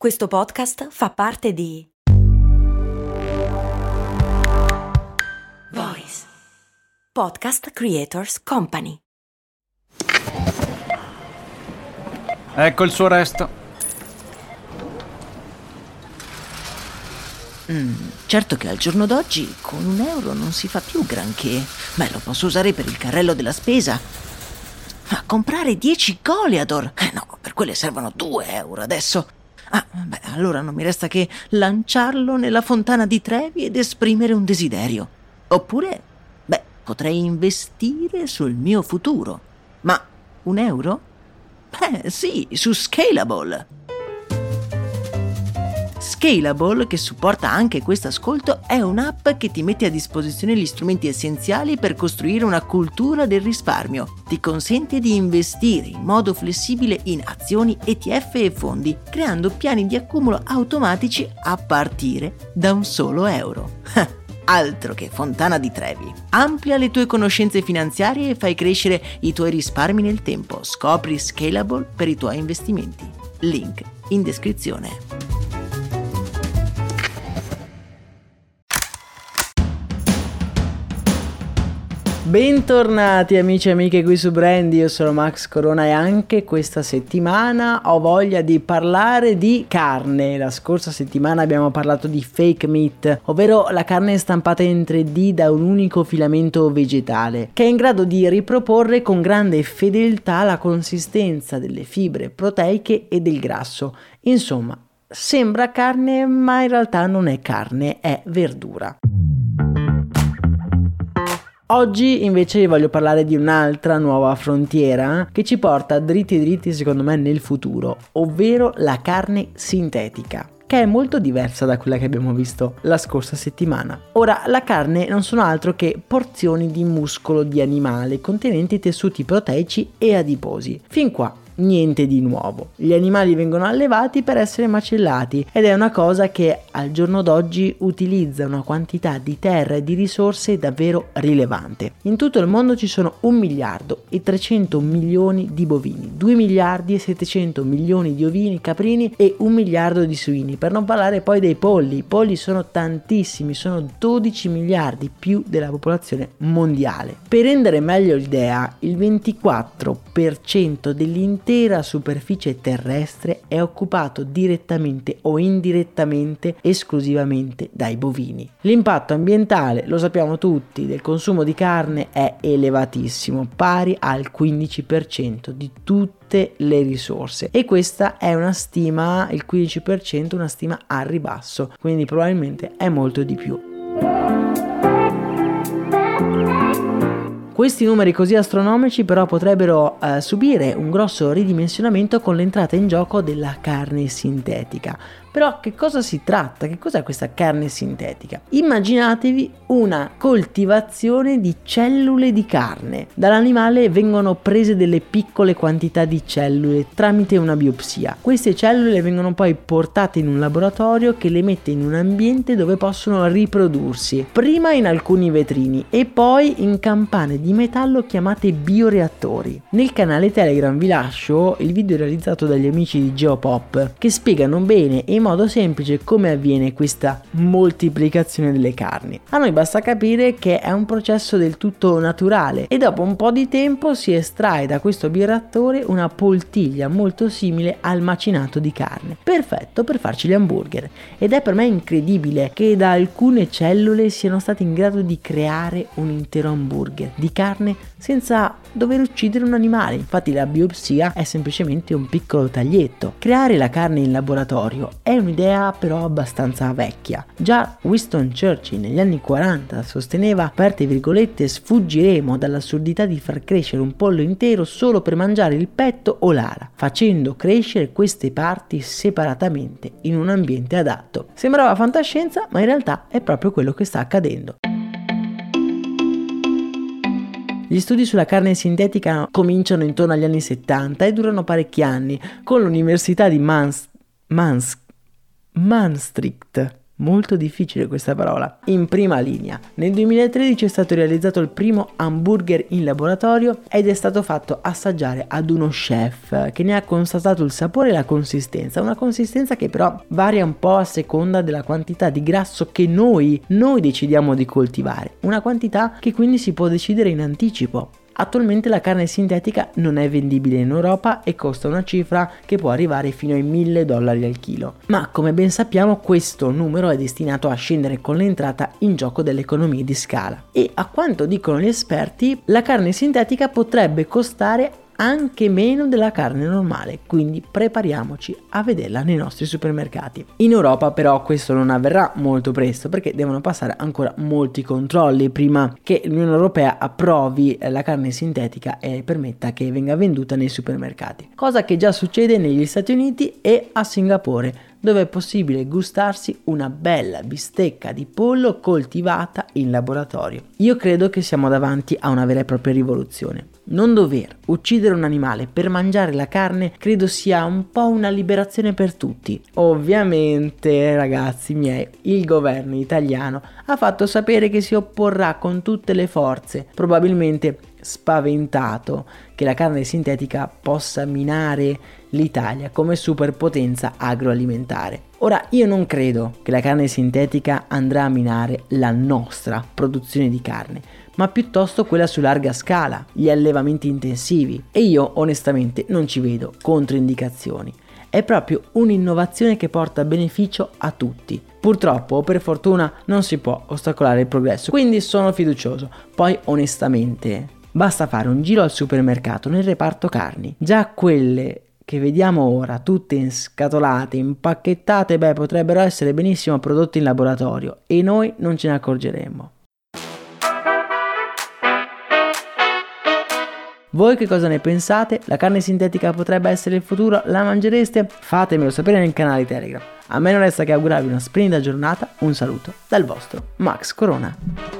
Questo podcast fa parte di Voice Podcast Creators Company. Ecco il suo resto. Certo che al giorno d'oggi con €1 non si fa più granché. Lo posso usare per il carrello della spesa. Ma comprare 10 Goliador? No, per quelle servono €2 adesso. Allora non mi resta che lanciarlo nella fontana di Trevi ed esprimere un desiderio. Oppure, potrei investire sul mio futuro. Ma €1? Sì, su Scalable. Scalable, che supporta anche questo ascolto, è un'app che ti mette a disposizione gli strumenti essenziali per costruire una cultura del risparmio. Ti consente di investire in modo flessibile in azioni, ETF e fondi, creando piani di accumulo automatici a partire da un solo euro. Altro che fontana di Trevi. Amplia le tue conoscenze finanziarie e fai crescere i tuoi risparmi nel tempo. Scopri Scalable per i tuoi investimenti. Link in descrizione. Bentornati amici e amiche qui su Brandy, io sono Max Corona e anche questa settimana ho voglia di parlare di carne. La scorsa settimana abbiamo parlato di fake meat, ovvero la carne stampata in 3D da un unico filamento vegetale, che è in grado di riproporre con grande fedeltà la consistenza delle fibre proteiche e del grasso. Insomma, sembra carne ma in realtà non è carne, è verdura. Oggi invece vi voglio parlare di un'altra nuova frontiera che ci porta dritti secondo me nel futuro, ovvero la carne sintetica, che è molto diversa da quella che abbiamo visto la scorsa settimana. Ora, la carne non sono altro che porzioni di muscolo di animale contenenti tessuti proteici e adiposi. Fin qua niente di nuovo. Gli animali vengono allevati per essere macellati ed è una cosa che al giorno d'oggi utilizza una quantità di terra e di risorse davvero rilevante. In tutto il mondo ci sono 1.300.000.000 di bovini, 2.700.000.000 di ovini, caprini e 1 miliardo di suini, per non parlare poi dei polli. I polli sono tantissimi, sono 12 miliardi più della popolazione mondiale. Per rendere meglio l'idea, il 24% dell'intera superficie terrestre è occupato direttamente o indirettamente esclusivamente dai bovini. L'impatto ambientale, lo sappiamo tutti, del consumo di carne è elevatissimo, pari al 15% di tutte le risorse, e questa è una stima, il 15%, una stima a ribasso, quindi probabilmente è molto di più. Questi numeri così astronomici però potrebbero subire un grosso ridimensionamento con l'entrata in gioco della carne sintetica. Però che cosa si tratta? Che cos'è questa carne sintetica? Immaginatevi una coltivazione di cellule di carne. Dall'animale vengono prese delle piccole quantità di cellule tramite una biopsia. Queste cellule vengono poi portate in un laboratorio che le mette in un ambiente dove possono riprodursi, prima in alcuni vetrini e poi in campane di metallo chiamate bioreattori. Nel canale Telegram vi lascio il video realizzato dagli amici di Geopop che spiegano bene e in modo semplice come avviene questa moltiplicazione delle carni. A noi basta capire che è un processo del tutto naturale e dopo un po' di tempo si estrae da questo bioreattore una poltiglia molto simile al macinato di carne, perfetto per farci gli hamburger. Ed è per me incredibile che da alcune cellule siano stati in grado di creare un intero hamburger di carne senza dover uccidere un animale. Infatti la biopsia è semplicemente un piccolo taglietto. Creare la carne in laboratorio è un'idea però abbastanza vecchia. Già Winston Churchill negli anni 40 sosteneva, aperte virgolette, sfuggiremo dall'assurdità di far crescere un pollo intero solo per mangiare il petto o l'ala, facendo crescere queste parti separatamente in un ambiente adatto. Sembrava fantascienza, ma in realtà è proprio quello che sta accadendo. Gli studi sulla carne sintetica cominciano intorno agli anni 70 e durano parecchi anni, con l'università di Maastricht molto difficile questa parola, in prima linea. Nel 2013 è stato realizzato il primo hamburger in laboratorio ed è stato fatto assaggiare ad uno chef che ne ha constatato il sapore e la consistenza, una consistenza che però varia un po' a seconda della quantità di grasso che noi decidiamo di coltivare, una quantità che quindi si può decidere in anticipo. Attualmente la carne sintetica non è vendibile in Europa e costa una cifra che può arrivare fino ai $1.000 al chilo. Ma come ben sappiamo questo numero è destinato a scendere con l'entrata in gioco delle economie di scala. E a quanto dicono gli esperti, la carne sintetica potrebbe costare anche meno della carne normale, quindi prepariamoci a vederla nei nostri supermercati. In Europa però questo non avverrà molto presto perché devono passare ancora molti controlli prima che l'Unione Europea approvi la carne sintetica e permetta che venga venduta nei supermercati, cosa che già succede negli Stati Uniti e a Singapore, dove è possibile gustarsi una bella bistecca di pollo coltivata in laboratorio. Io credo che siamo davanti a una vera e propria rivoluzione. Non dover uccidere un animale per mangiare la carne credo sia un po' una liberazione per tutti. Ovviamente, ragazzi miei, il governo italiano ha fatto sapere che si opporrà con tutte le forze, probabilmente spaventato che la carne sintetica possa minare l'Italia come superpotenza agroalimentare. Ora, io non credo che la carne sintetica andrà a minare la nostra produzione di carne, ma piuttosto quella su larga scala, gli allevamenti intensivi, e io onestamente non ci vedo controindicazioni. È proprio un'innovazione che porta beneficio a tutti. Purtroppo o per fortuna non si può ostacolare il progresso, quindi sono fiducioso. Poi onestamente basta fare un giro al supermercato nel reparto carni. Già quelle che vediamo ora tutte inscatolate, impacchettate, potrebbero essere benissimo prodotte in laboratorio e noi non ce ne accorgeremmo. Voi che cosa ne pensate? La carne sintetica potrebbe essere il futuro? La mangereste? Fatemelo sapere nel canale Telegram. A me non resta che augurarvi una splendida giornata. Un saluto dal vostro Max Corona.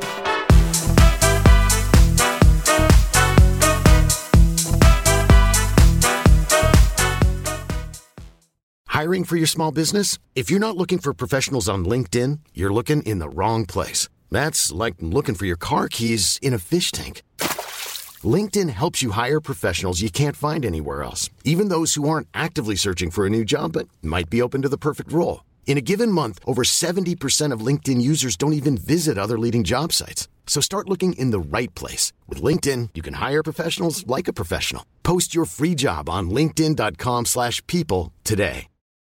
Hiring for your small business? If you're not looking for professionals on LinkedIn, you're looking in the wrong place. That's like looking for your car keys in a fish tank. LinkedIn helps you hire professionals you can't find anywhere else, even those who aren't actively searching for a new job but might be open to the perfect role. In a given month, over 70% of LinkedIn users don't even visit other leading job sites. So start looking in the right place. With LinkedIn, you can hire professionals like a professional. Post your free job on linkedin.com/people today.